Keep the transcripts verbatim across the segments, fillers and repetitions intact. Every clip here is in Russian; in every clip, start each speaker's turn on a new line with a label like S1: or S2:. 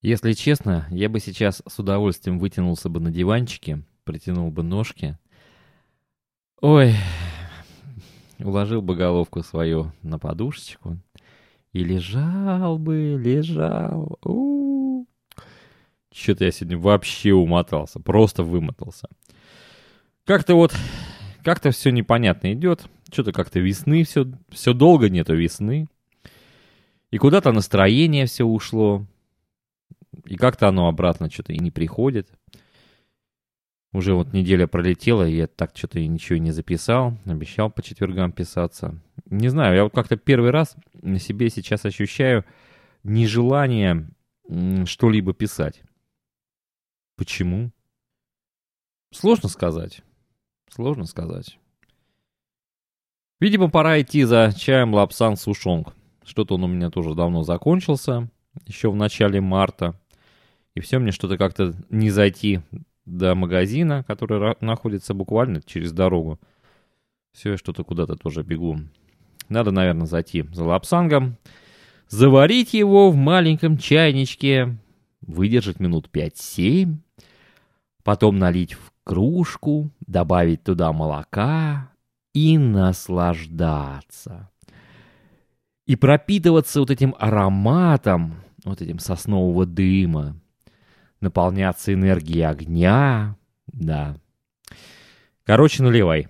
S1: Если честно, я бы сейчас с удовольствием вытянулся бы на диванчике, притянул бы ножки. Ой, уложил бы головку свою на подушечку и лежал бы, лежал. У-у-у. Что-то я сегодня вообще умотался, просто вымотался. Как-то вот, как-то все непонятно идет. Что-то как-то весны, все, все долго нету весны. И куда-то настроение все ушло. И как-то оно обратно что-то и не приходит. Уже вот неделя пролетела, и я так что-то и ничего и не записал. Обещал по четвергам писаться. Не знаю, я вот как-то первый раз на себе сейчас ощущаю нежелание м, что-либо писать. Почему? Сложно сказать. Сложно сказать. Видимо, пора идти за чаем Лапсан Сушонг. Что-то он у меня тоже давно закончился. Еще в начале марта. И все, мне что-то как-то не зайти до магазина, который ра- находится буквально через дорогу. Все, я что-то куда-то тоже бегу. Надо, наверное, зайти за лапсангом, заварить его в маленьком чайничке, выдержать минут пять-семь, потом налить в кружку, добавить туда молока и наслаждаться. И пропитываться вот этим ароматом, вот этим соснового дыма, наполняться энергией огня, да. Короче, наливай.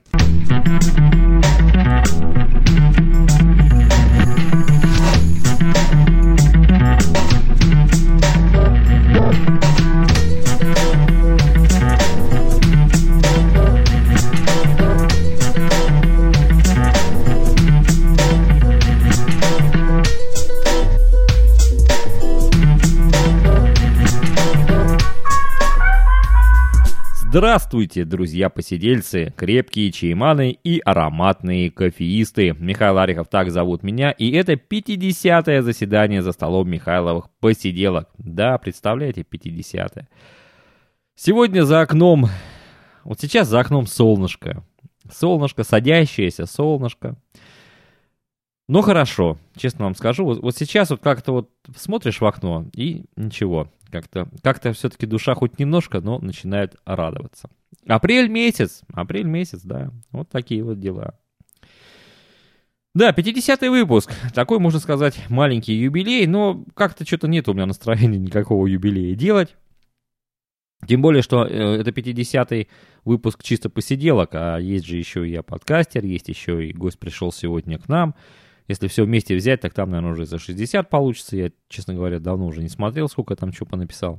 S1: Здравствуйте, друзья-посидельцы, крепкие чайманы и ароматные кофеисты. Михаил Арихов, так зовут меня, и это пятидесятое заседание за столом Михайловых посиделок. Да, представляете, пятидесятое. Сегодня за окном, вот сейчас за окном солнышко. Солнышко, садящееся солнышко. Ну хорошо, честно вам скажу, вот, вот сейчас вот как-то вот смотришь в окно и ничего. Как-то, как-то все-таки душа хоть немножко, но начинает радоваться. Апрель месяц, апрель месяц, да, вот такие вот дела. Да, пятидесятый выпуск, такой, можно сказать, маленький юбилей, но как-то что-то нет у меня настроения никакого юбилея делать. Тем более, что э, это пятидесятый выпуск чисто посиделок, а есть же еще и я подкастер, есть еще и гость пришел сегодня к нам. Если все вместе взять, так там, наверное, уже за шестьдесят получится. Я, честно говоря, давно уже не смотрел, сколько я там что понаписал.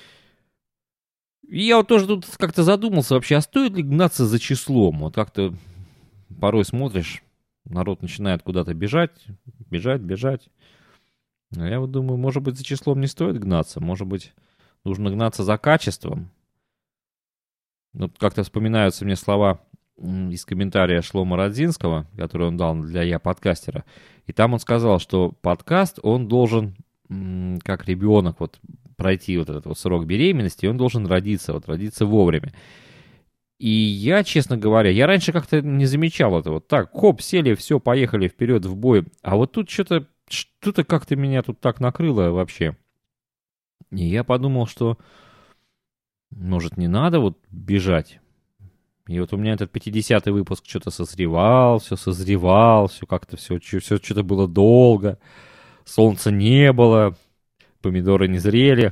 S1: И я вот тоже тут как-то задумался вообще, а стоит ли гнаться за числом? Вот как-то порой смотришь, народ начинает куда-то бежать, бежать, бежать. А я вот думаю, может быть, за числом не стоит гнаться, может быть, нужно гнаться за качеством. Вот как-то вспоминаются мне слова из комментария Шлома Родзинского, который он дал для «Я подкастера». И там он сказал, что подкаст, он должен, как ребенок, вот, пройти вот этот вот срок беременности, и он должен родиться, вот, родиться вовремя. И я, честно говоря, я раньше как-то не замечал этого. Вот так, хоп, сели, все, поехали вперед в бой. А вот тут что-то, что-то как-то меня тут так накрыло вообще. И я подумал, что, может, не надо вот бежать. И вот у меня этот пятидесятый выпуск что-то созревал, все созревал, все как-то все, все что-то было долго, солнца не было, помидоры не зрели.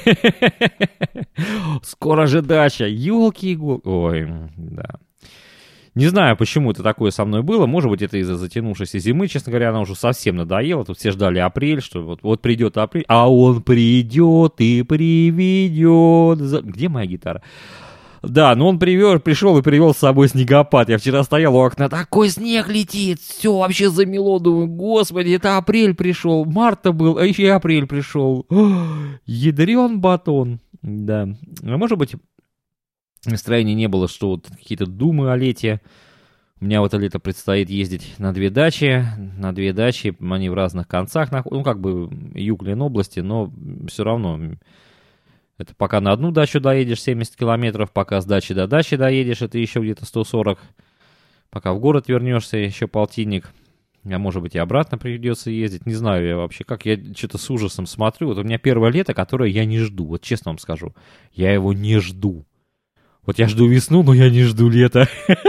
S1: Скоро же дача, елки-иголки. Ой, да. Не знаю, почему это такое со мной было. Может быть, это из-за затянувшейся зимы. Честно говоря, она уже совсем надоела. Тут все ждали апрель, что вот, вот придет апрель, а он придет и приведет. Где моя гитара? Да, но он привел, пришел и привел с собой снегопад. Я вчера стоял у окна, такой снег летит, все вообще замело. Думаю, господи, это апрель пришел, март был, а еще и апрель пришел. Ядрен батон. Да, а может быть, настроения не было, что вот какие-то думы о лете. У меня в это лето предстоит ездить на две дачи. На две дачи, они в разных концах, ну как бы юг Ленобласти, но все равно... Это пока на одну дачу доедешь семьдесят километров, пока с дачи до дачи доедешь, это еще где-то сто сорок. Пока в город вернешься, еще полтинник. а может быть и обратно придется ездить. Не знаю я вообще, как я что-то с ужасом смотрю. Вот у меня первое лето, которое я не жду. Вот честно вам скажу, я его не жду. Вот я жду весну, но я не жду лета.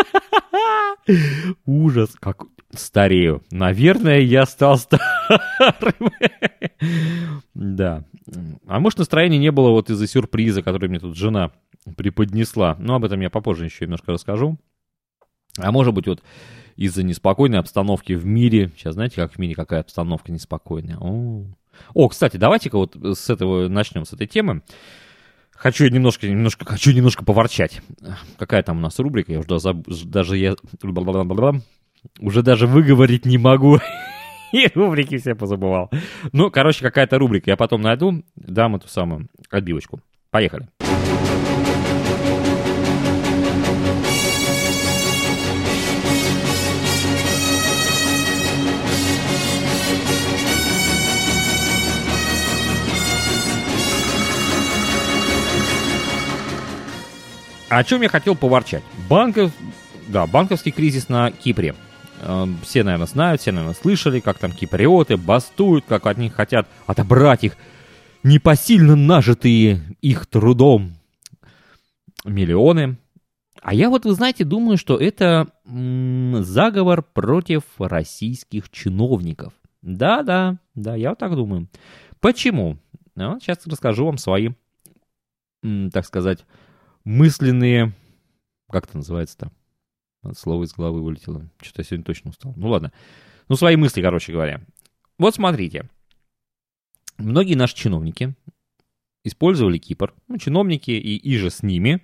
S1: Ужас, как старею. Наверное, я стал старым. Да. А может, настроения не было вот из-за сюрприза, который мне тут жена преподнесла. Но об этом я попозже еще немножко расскажу. А может быть, вот из-за неспокойной обстановки в мире. Сейчас знаете, как в мире какая обстановка неспокойная? О, О кстати, давайте-ка вот с этого начнем, с этой темы. Хочу немножко, немножко, хочу немножко поворчать. Какая там у нас рубрика? Я уже даже, даже я уже даже выговорить не могу. И рубрики все позабывал. Ну, короче, какая-то рубрика. Я потом найду, дам эту самую отбивочку. Поехали. О чем я хотел поворчать? Банков, да, банковский кризис на Кипре. Э, все, наверное, знают, все, наверное, слышали, как там киприоты бастуют, как от них хотят отобрать их непосильно нажитые их трудом миллионы. А я вот, вы знаете, думаю, что это м- заговор против российских чиновников. Да-да, да, я вот так думаю. Почему? Ну, сейчас расскажу вам свои, м- так сказать, мысленные, как это называется-то? Слово из головы вылетело. Что-то я сегодня точно устал. Ну ладно. Ну, свои мысли, короче говоря. Вот смотрите. Многие наши чиновники использовали Кипр. Ну, чиновники и, и же с ними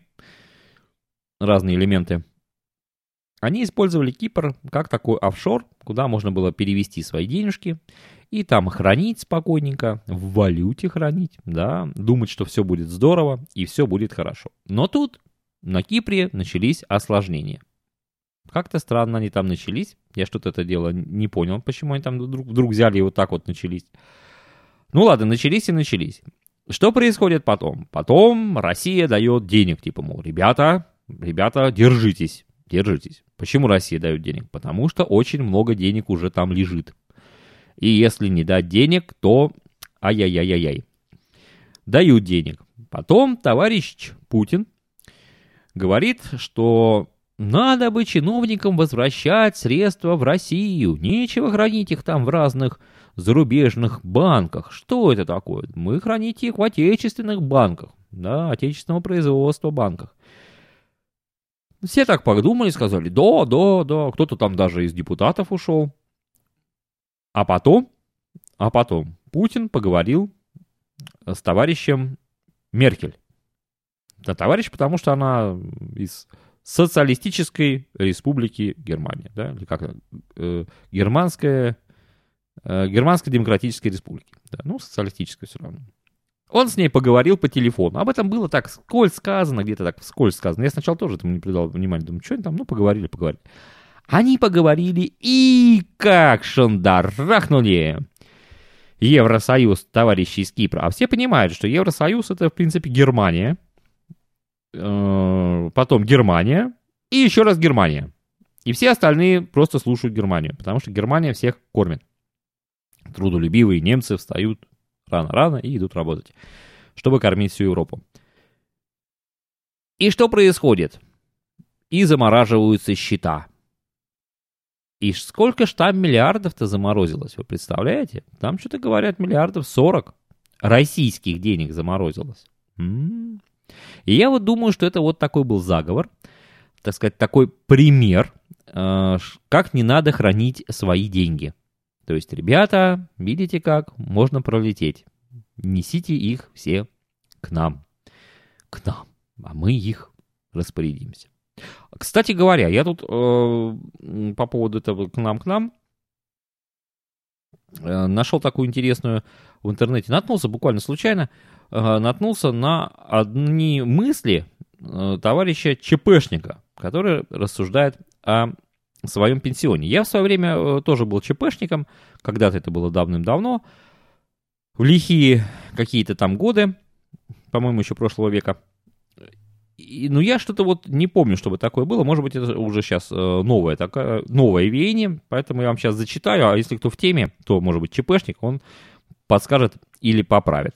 S1: разные элементы. Они использовали Кипр как такой офшор, куда можно было перевести свои денежки и там хранить спокойненько, в валюте хранить, да, думать, что все будет здорово и все будет хорошо. Но тут на Кипре начались осложнения. Как-то странно они там начались. Я что-то это дело не понял, почему они там вдруг, вдруг взяли и вот так вот начались. Ну ладно, начались и начались. Что происходит потом? Потом Россия дает денег, типа, мол, ребята, ребята, держитесь, держитесь. Почему Россия дает денег? Потому что очень много денег уже там лежит. И если не дать денег, то ай-яй-яй-яй-яй. Дают денег. Потом товарищ Путин говорит, что надо бы чиновникам возвращать средства в Россию. Нечего хранить их там в разных зарубежных банках. Что это такое? Мы храните их в отечественных банках. Да, отечественного производства банках. Все так подумали, сказали, да, да, да. Кто-то там даже из депутатов ушел. А потом, а потом Путин поговорил с товарищем Меркель. Да, товарищ, потому что она из Социалистической Республики Германия, да, или как э, Германская, э, Германской Демократической Республики, да, ну, социалистическая все равно. Он с ней поговорил по телефону. Об этом было так вскользь сказано, где-то так вскользь сказано. Я сначала тоже этому не придал внимания, думаю, что они там, ну, поговорили, поговорили. Они поговорили и как шандарахнули Евросоюз, товарищи из Кипра. А все понимают, что Евросоюз это, в принципе, Германия, потом Германия и еще раз Германия. И все остальные просто слушают Германию, потому что Германия всех кормит. Трудолюбивые немцы встают рано-рано и идут работать, чтобы кормить всю Европу. И что происходит? И замораживаются счета. И сколько ж там миллиардов-то заморозилось, вы представляете? Там что-то говорят миллиардов сорок российских денег заморозилось. М-м-м. И я вот думаю, что это вот такой был заговор, так сказать, такой пример, э, как не надо хранить свои деньги. То есть, ребята, видите как, можно пролететь. Несите их все к нам. К нам. А мы их распорядимся. Кстати говоря, я тут э, по поводу этого к нам, к нам э, нашел такую интересную в интернете, наткнулся буквально случайно, э, наткнулся на одни мысли э, товарища ЧПшника, который рассуждает о своем пенсионе. Я в свое время э, тоже был ЧПшником, когда-то это было давным-давно, в лихие какие-то там годы, по-моему, еще прошлого века. И, ну, я что-то вот не помню, чтобы такое было. Может быть, это уже сейчас э, новое, такое, новое веяние, поэтому я вам сейчас зачитаю, а если кто в теме, то, может быть, ЧПшник, он подскажет или поправит.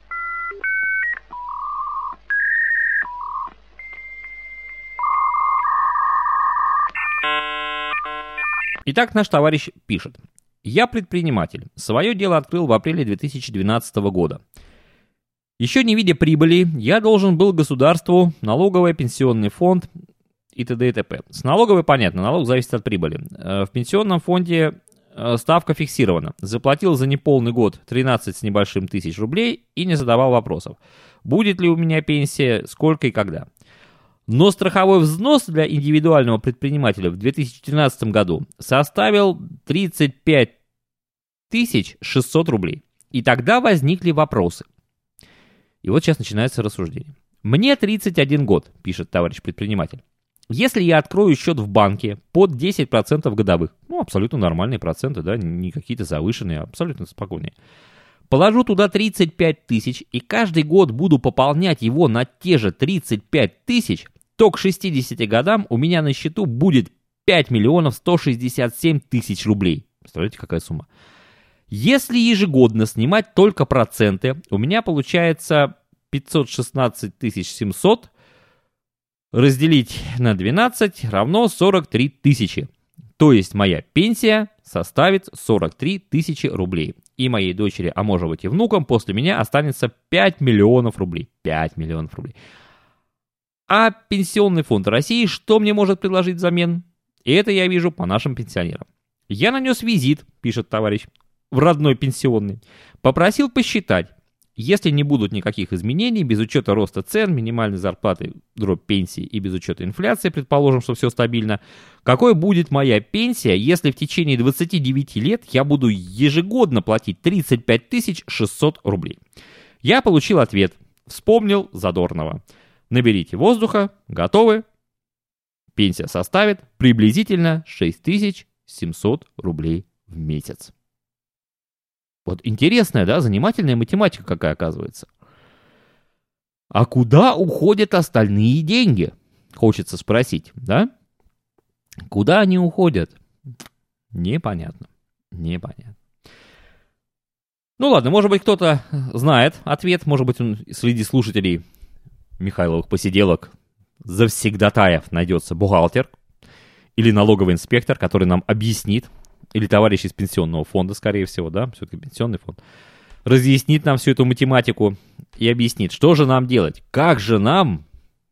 S1: Итак, наш товарищ пишет. Я предприниматель. Свое дело открыл в апреле две тысячи двенадцатого года. Еще не видя прибыли, я должен был государству, налоговый, пенсионный фонд и т.д. и т.п. С налоговой понятно, налог зависит от прибыли. В пенсионном фонде ставка фиксирована. Заплатил за неполный год тринадцать с небольшим тысяч рублей и не задавал вопросов. Будет ли у меня пенсия, сколько и когда. Но страховой взнос для индивидуального предпринимателя в две тысячи тринадцатом году составил тридцать пять тысяч шестьсот рублей. И тогда возникли вопросы. И вот сейчас начинается рассуждение. Мне тридцать один год, пишет товарищ предприниматель. Если я открою счет в банке под десять процентов годовых, ну, абсолютно нормальные проценты, да, не какие-то завышенные, абсолютно спокойные, положу туда тридцать пять тысяч и каждый год буду пополнять его на те же тридцать пять тысяч, то к шестидесяти годам у меня на счету будет пять миллионов сто шестьдесят семь тысяч рублей. Представляете, какая сумма? Если ежегодно снимать только проценты, у меня получается пятьсот шестнадцать тысяч семьсот разделить на двенадцать равно сорок три тысячи. То есть моя пенсия составит сорок три тысячи рублей. И моей дочери, а может быть и внукам, после меня останется пять миллионов рублей. пять миллионов рублей. А Пенсионный фонд России что мне может предложить взамен? И это я вижу по нашим пенсионерам. Я нанес визит, пишет товарищ, в родной пенсионный. Попросил посчитать, если не будут никаких изменений, без учета роста цен, минимальной зарплаты, дробь пенсии и без учета инфляции, предположим, что все стабильно, какой будет моя пенсия, если в течение двадцати девяти лет я буду ежегодно платить тридцать пять тысяч шестьсот рублей? Я получил ответ. Вспомнил Задорнова. Наберите воздуха, готовы. Пенсия составит приблизительно шесть тысяч семьсот рублей в месяц. Вот интересная, да, занимательная математика какая оказывается. А куда уходят остальные деньги? Хочется спросить, да? Куда они уходят? Непонятно. Непонятно. Ну ладно, может быть, кто-то знает ответ, может быть, он среди слушателей Михайловых посиделок завсегдатаев найдется бухгалтер или налоговый инспектор, который нам объяснит, или товарищ из пенсионного фонда, скорее всего, да, все-таки пенсионный фонд, разъяснит нам всю эту математику и объяснит, что же нам делать, как же нам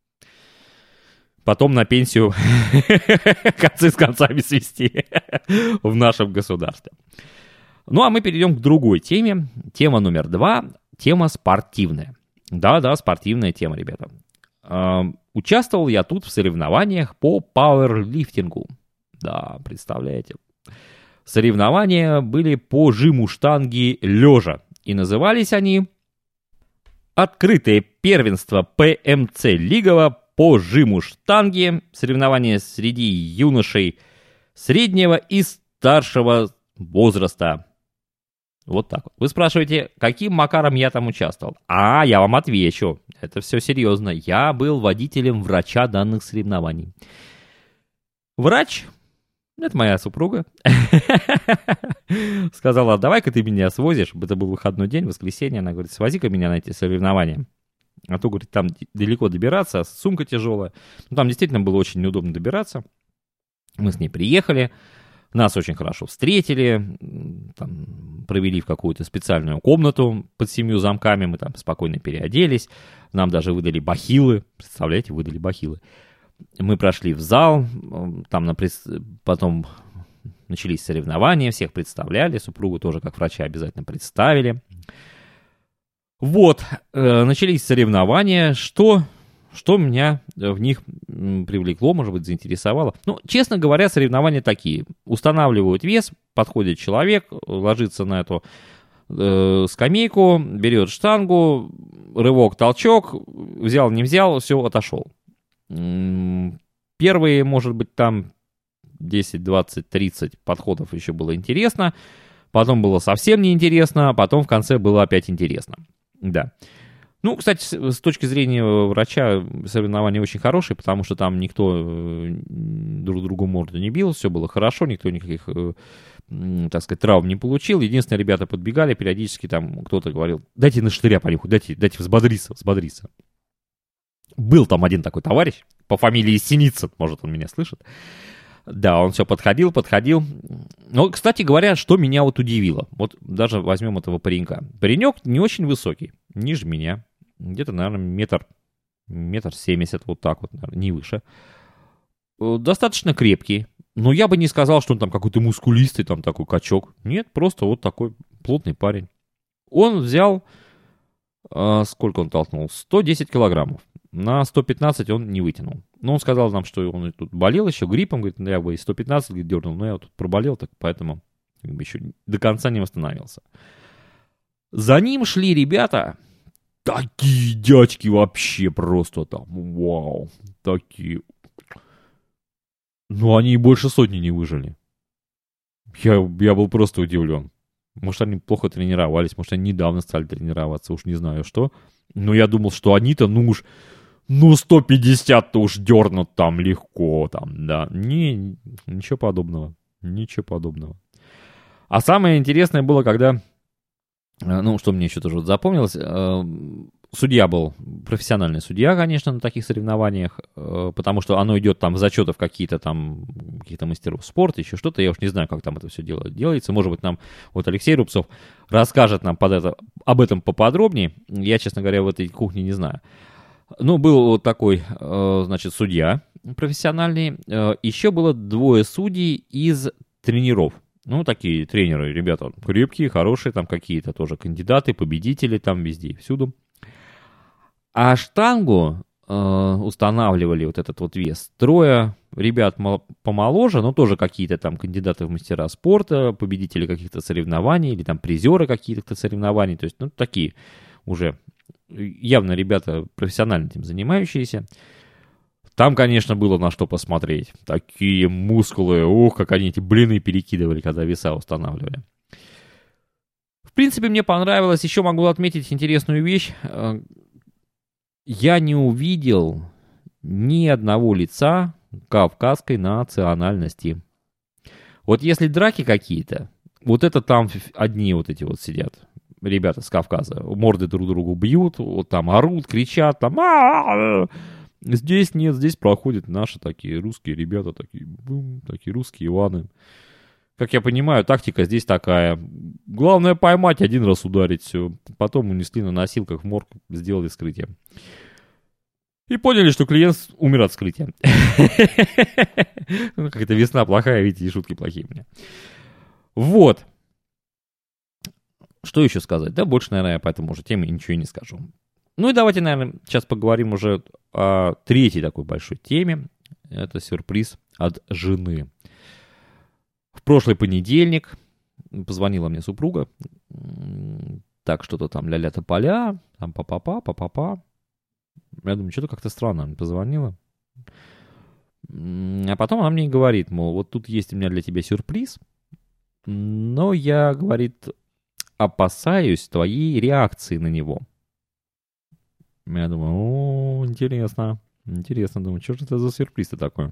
S1: потом на пенсию концы с концами свести в нашем государстве. Ну, а мы перейдем к другой теме. Тема номер два, тема спортивная. Да-да, спортивная тема, ребята. Э, участвовал я тут в соревнованиях по пауэрлифтингу. Да, представляете. Соревнования были по жиму штанги лежа. И назывались они «Открытое первенство ПМЦ Лигово по жиму штанги». Соревнования среди юношей среднего и старшего возраста. Вот так вот. Вы спрашиваете, каким макаром я там участвовал? А, я вам отвечу. Это все серьезно. Я был водителем врача данных соревнований. Врач... Это моя супруга. Сказала, давай-ка ты меня свозишь. Это был выходной день, воскресенье. Она говорит, свози-ка меня на эти соревнования. А то, говорит, там далеко добираться, сумка тяжелая. Ну, там действительно было очень неудобно добираться. Мы с ней приехали. Нас очень хорошо встретили. Там, провели в какую-то специальную комнату под семью замками. Мы там спокойно переоделись. Нам даже выдали бахилы. Представляете, выдали бахилы. Мы прошли в зал, там на пред... потом начались соревнования, всех представляли, супругу тоже как врача обязательно представили. Вот, э, начались соревнования, что, что меня в них привлекло, может быть, заинтересовало. Ну, честно говоря, соревнования такие. Устанавливают вес, подходит человек, ложится на эту э, скамейку, берет штангу, рывок, толчок, взял, не взял, все, отошел. Первые, может быть, там десять, двадцать, тридцать подходов еще было интересно. Потом было совсем неинтересно, а потом в конце было опять интересно. Да. Ну, кстати, с, с точки зрения врача соревнования очень хорошие, потому что там никто э, друг другу морду не бил, все было хорошо, никто никаких, э, э, так сказать, травм не получил. Единственное, ребята подбегали, периодически там кто-то говорил, дайте на штыря понюхать, дайте, дайте взбодриться, взбодриться. Был там один такой товарищ, по фамилии Синицын, может, он меня слышит. Да, он все подходил, подходил. Но, кстати говоря, что меня вот удивило. Вот даже возьмем этого паренька. Паренек не очень высокий, ниже меня. Где-то, наверное, метр, метр семьдесят, вот так вот, наверное, не выше. Достаточно крепкий. Но я бы не сказал, что он там какой-то мускулистый, там такой качок. Нет, просто вот такой плотный парень. Он взял, э, сколько он толкнул? сто десять килограммов. На сто пятнадцать он не вытянул. Но он сказал нам, что он тут болел еще гриппом. Говорит, я бы и сто пятнадцать говорит, дернул, но я вот тут проболел, так поэтому как бы еще до конца не восстановился. За ним шли ребята, такие дядьки вообще просто там, вау, такие. Ну, они и больше сотни не выжили. Я, я был просто удивлен. Может, они плохо тренировались, может, они недавно стали тренироваться, уж не знаю что. Но я думал, что они-то, ну уж, ну сто пятьдесят-то уж дернут там легко, там, да. Не, ничего подобного, ничего подобного. А самое интересное было, когда, ну, что мне еще тоже вот запомнилось, судья был, профессиональный судья, конечно, на таких соревнованиях, потому что оно идет там в зачетов какие-то там, каких-то мастеров спорта, еще что-то, я уж не знаю, как там это все дело, делается. Может быть, нам вот Алексей Рубцов расскажет нам под это, об этом поподробнее. Я, честно говоря, в этой кухне не знаю. Ну, был вот такой, значит, судья профессиональный. Еще было двое судей из тренеров. Ну, такие тренеры, ребята крепкие, хорошие, там какие-то тоже кандидаты, победители, там везде и всюду. А штангу э, устанавливали, вот этот вот вес, трое ребят помоложе, но тоже какие-то там кандидаты в мастера спорта, победители каких-то соревнований, или там призеры каких-то соревнований, то есть, ну, такие уже явно ребята профессионально этим занимающиеся. Там, конечно, было на что посмотреть. Такие мускулы, ух, как они эти блины перекидывали, когда веса устанавливали. В принципе, мне понравилось. Еще могу отметить интересную вещь. Я не увидел ни одного лица кавказской национальности. Вот если драки какие-то, вот это там одни вот эти вот сидят. Ребята с Кавказа. Морды друг другу бьют, вот там орут, кричат, там... А-а-а! Здесь нет, здесь проходят наши такие русские ребята, такие, бум, такие русские Иваны. Как я понимаю, тактика здесь такая. Главное поймать, один раз ударить, все. Потом унесли на носилках в морг, сделали вскрытие. И поняли, что клиент умер от вскрытия. Ну, как-то весна плохая, видите, и шутки плохие у меня. Вот. Что еще сказать? Да, больше, наверное, я по этому уже теме ничего и не скажу. Ну и давайте, наверное, сейчас поговорим уже о третьей такой большой теме. Это сюрприз от жены. В прошлый понедельник позвонила мне супруга. Так, что-то там ля-ля тополя, там па-па-па, па-па-па. Я думаю, что-то как-то странно она позвонила. А потом она мне говорит, мол, вот тут есть у меня для тебя сюрприз, но я, говорит, опасаюсь твоей реакции на него. Я думаю, о, интересно, интересно, думаю, что же это за сюрприз-то такой?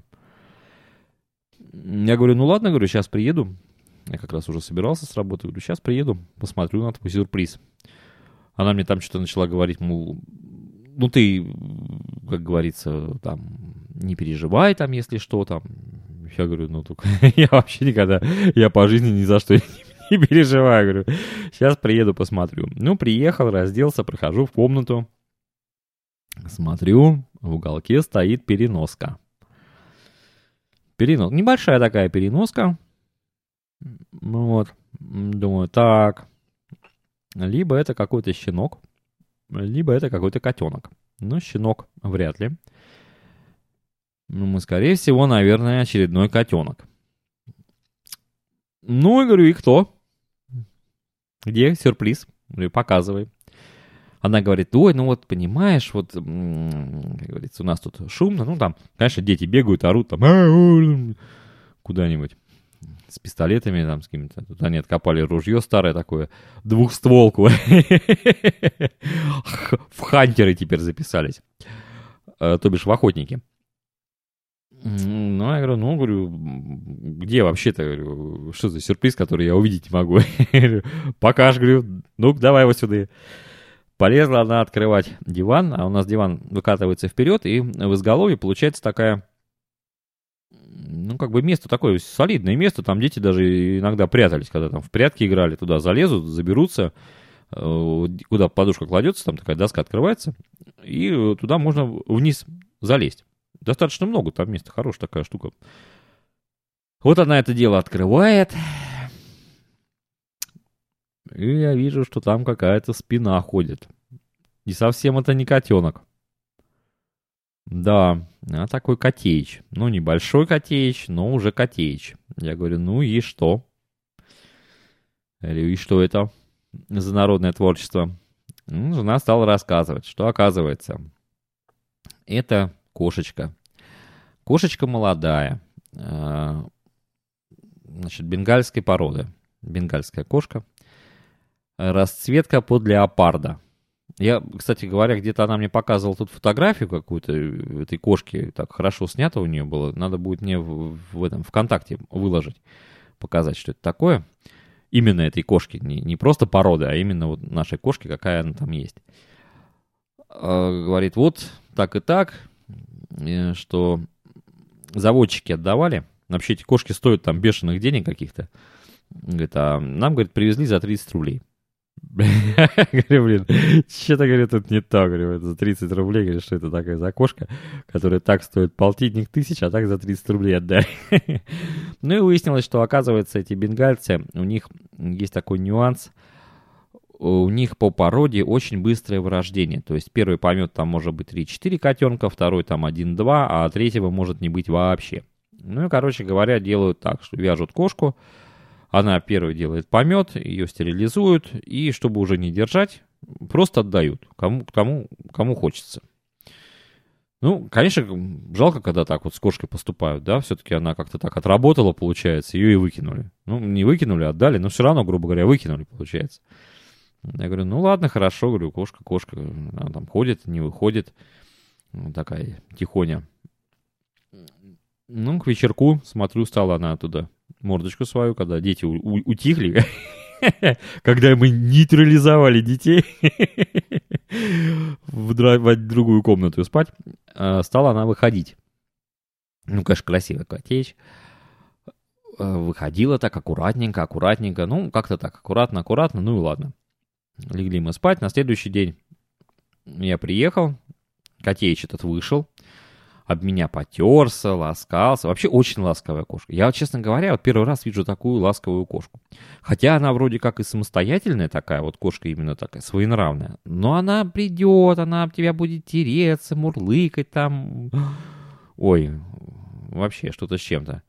S1: Я говорю, ну ладно, говорю, сейчас приеду. Я как раз уже собирался с работы, говорю, сейчас приеду, посмотрю на твой сюрприз. Она мне там что-то начала говорить, мол, ну ты, как говорится, там, не переживай там, если что там. Я говорю, ну только я вообще никогда, я по жизни ни за что не переживаю, говорю, сейчас приеду, посмотрю. Ну, приехал, разделся, прохожу в комнату. Смотрю, в уголке стоит переноска. Перенос... Небольшая такая переноска. Вот. Думаю, так. Либо это какой-то щенок, либо это какой-то котенок. Но щенок вряд ли. Ну, скорее всего, наверное, очередной котенок. Ну, я говорю, и кто? Где сюрприз? Говорю, показывай. Она говорит, ой, ну вот понимаешь, вот, как говорится, у нас тут шумно, ну там, конечно, дети бегают, орут там куда-нибудь. с пистолетами, там, с какими-то. Тут они откопали ружье старое такое, двухстволку. В хантеры теперь записались. То бишь в охотники. Ну, я говорю, ну, говорю, где вообще-то, говорю, что за сюрприз, который я увидеть не могу? Покажешь, говорю, ну, давай его сюда. Полезла она открывать диван, а у нас диван выкатывается вперед, и в изголовье получается такая, ну, как бы место такое, солидное место, там дети даже иногда прятались, когда там в прятки играли, туда залезут, заберутся, куда подушка кладется, там такая доска открывается, и туда можно вниз залезть. Достаточно много там места, хорошая такая штука. Вот она это дело открывает, и я вижу, что там какая-то спина ходит. И совсем это не котенок. Да, а такой котеич. Ну, небольшой котеич, но уже котеич. Я говорю, ну и что? Я говорю, и что это за народное творчество? Ну, жена стала рассказывать, что оказывается, это кошечка. Кошечка молодая. Значит, бенгальской породы. Бенгальская кошка. Расцветка под леопарда. Я, кстати говоря, где-то она мне показывала тут фотографию какую-то этой кошки. Так хорошо снято у нее было. Надо будет мне в, в этом ВКонтакте выложить. Показать, что это такое. Именно этой кошки. Не, не просто породы, а именно вот нашей кошки, какая она там есть. Говорит, вот так и так, что заводчики отдавали. Вообще эти кошки стоят там бешеных денег каких-то. Говорит, а нам, говорит, привезли за тридцать рублей. Говорю, блин, что-то, говорю, тут не так. Говорю, это за тридцать рублей, говорю, что это такая за кошка, которая так стоит полтинник тысяч, а так за тридцать рублей отдали. Ну и выяснилось, что, оказывается, эти бенгальцы, у них есть такой нюанс, у них по породе очень быстрое вырождение. То есть первый помет там может быть три-четыре котенка, второй там один-два, а третьего может не быть вообще. Ну и, короче говоря, делают так, что вяжут кошку, она первой делает помет, ее стерилизуют, и чтобы уже не держать, просто отдают кому, кому, кому хочется. Ну, конечно, жалко, когда так вот с кошкой поступают, да, все-таки она как-то так отработала, получается, ее и выкинули. Ну, не выкинули, отдали, но все равно, грубо говоря, выкинули, получается. Я говорю, ну ладно, хорошо, говорю, кошка, кошка, она там ходит, не выходит, вот такая тихоня. Ну, к вечерку, смотрю, стала она оттуда мордочку свою, когда дети у- у- утихли, когда мы нейтрализовали детей в, дра- в другую комнату спать, а, стала она выходить. Ну, конечно, красивая котеч. А, Выходила так аккуратненько, аккуратненько, ну, как-то так, аккуратно, аккуратно, ну и ладно. Легли мы спать, на следующий день я приехал, котеич этот вышел, об меня потерся, ласкался. Вообще очень ласковая кошка. Я, честно говоря, вот первый раз вижу такую ласковую кошку. Хотя она вроде как и самостоятельная такая, вот кошка именно такая, своенравная. Но она придет, она об тебя будет тереться, мурлыкать там. Ой, вообще что-то с чем-то.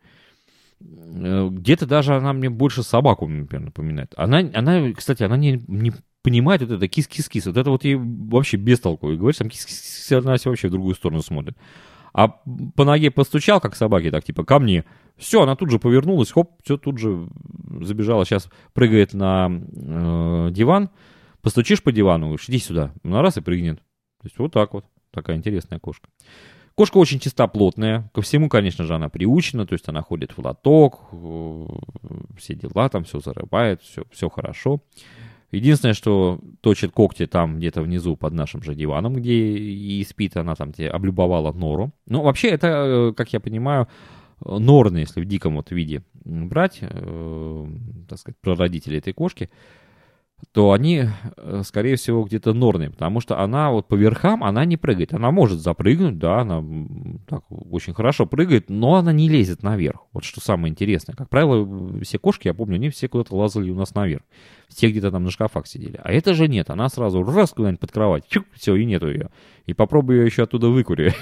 S1: Где-то даже она мне больше собаку, например, напоминает. Она, она кстати, она не, не понимает вот это кис-кис-кис. Вот это вот ей вообще без толку. И говоришь, там кис-кис-кис, она вообще в другую сторону смотрит. А по ноге постучал, как собаки, так типа ко мне. Все, она тут же повернулась, хоп, все тут же забежала. Сейчас прыгает на э, диван. Постучишь по дивану, говоришь, иди сюда. Она раз и прыгнет. То есть вот так вот. Такая интересная кошка. Кошка очень чистоплотная. Ко всему, конечно же, она приучена. То есть она ходит в лоток, э, все дела, там все зарывает, все, все хорошо. Единственное, что точит когти там где-то внизу под нашим же диваном, где и спит, она там тебе облюбовала нору. Ну, вообще, это, как я понимаю, норны, если в диком вот виде брать, э, так сказать, прародители этой кошки, то они, скорее всего, где-то норные, потому что она вот по верхам, она не прыгает. Она может запрыгнуть, да, она так очень хорошо прыгает, но она не лезет наверх. Вот что самое интересное. Как правило, все кошки, я помню, они все куда-то лазали у нас наверх. Все где-то там на шкафах сидели. А это же нет, она сразу раз куда-нибудь под кровать, чук, все, и нету ее. И попробую ее еще оттуда выкурить.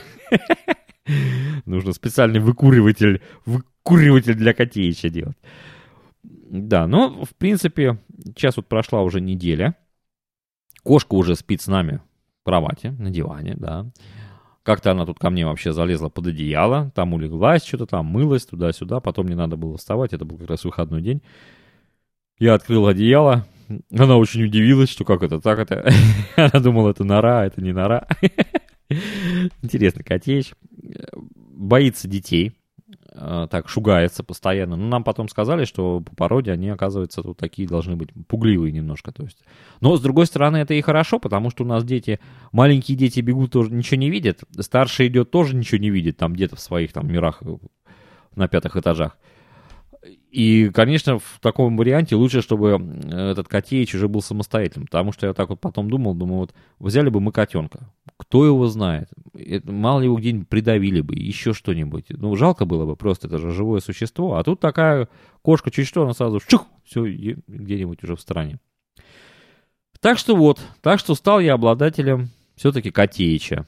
S1: Нужно специальный выкуриватель, выкуриватель для котеича делать. Да, но, в принципе, сейчас вот прошла уже неделя. Кошка уже спит с нами в кровати, на диване, да. Как-то она тут ко мне вообще залезла под одеяло, там улеглась, что-то там мылась туда-сюда, потом мне надо было вставать, это был как раз выходной день. Я открыл одеяло, она очень удивилась, что как это, так это. Она думала, это нора, а это не нора. Интересный котеич. Боится детей, так шугается постоянно. Но нам потом сказали, что по породе они, оказывается, вот такие должны быть пугливые немножко. То есть. Но, с другой стороны, это и хорошо, потому что у нас дети, маленькие дети бегут, тоже ничего не видят. Старший идет, тоже ничего не видит, там где-то в своих там мирах на пятых этажах. И, конечно, в таком варианте лучше, чтобы этот котеич уже был самостоятельным, потому что я так вот потом думал, думаю, вот взяли бы мы котенка, кто его знает, это, мало ли его где-нибудь придавили бы, еще что-нибудь, ну, жалко было бы, просто это же живое существо, а тут такая кошка, чуть что, она сразу чух, все, где-нибудь уже в стороне. Так что вот, так что стал я обладателем все-таки котеича.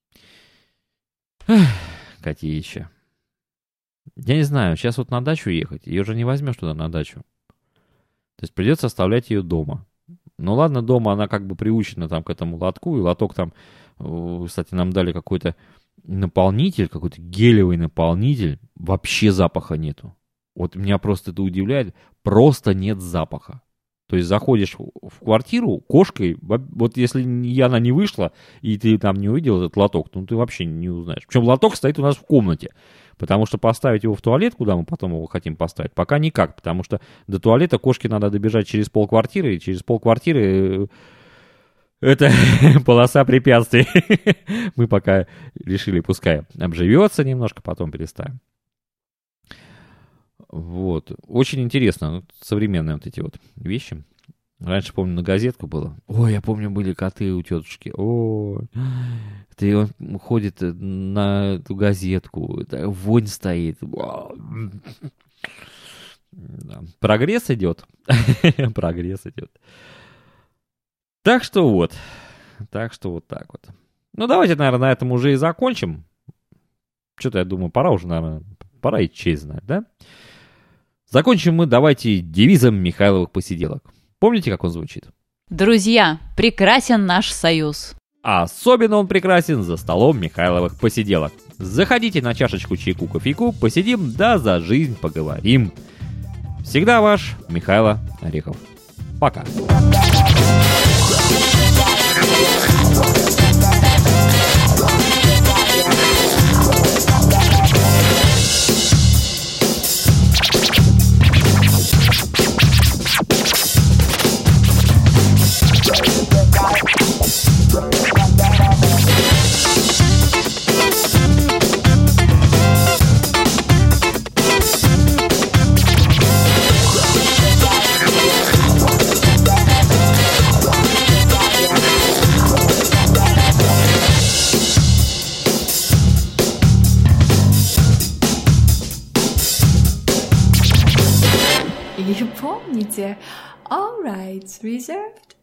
S1: Котеича. Я не знаю, сейчас вот на дачу ехать, ее же не возьмешь туда на дачу. То есть придется оставлять ее дома. Ну ладно, дома она как бы приучена там к этому лотку, и лоток там, кстати, нам дали какой-то наполнитель, какой-то гелевый наполнитель, вообще запаха нету. Вот меня просто это удивляет, просто нет запаха. То есть заходишь в квартиру кошкой, вот если она не вышла, и ты там не увидел этот лоток, ну ты вообще не узнаешь. Причем лоток стоит у нас в комнате, потому что поставить его в туалет, куда мы потом его хотим поставить, пока никак, потому что до туалета кошке надо добежать через полквартиры, и через полквартиры это полоса препятствий. Мы пока решили, пускай обживется немножко, потом переставим. Вот. Очень интересно. Современные вот эти вот вещи. Раньше, помню, на газетку было. Ой, я помню, были коты у тетушки. Ой. И он ходит на эту газетку. Вонь стоит. Да. Прогресс идет. Прогресс идет. Так что вот. Так что вот так вот. Ну, давайте, наверное, на этом уже и закончим. Что-то, я думаю, пора уже, наверное, пора и честь знать, да? Закончим мы, давайте, девизом Михайловых посиделок. Помните, как он звучит?
S2: Друзья, прекрасен наш союз.
S1: А особенно он прекрасен за столом Михайловых посиделок. Заходите на чашечку чайку, кофейку, посидим, да за жизнь поговорим. Всегда ваш Михайло Орехов. Пока.
S3: И помните, all rights reserved.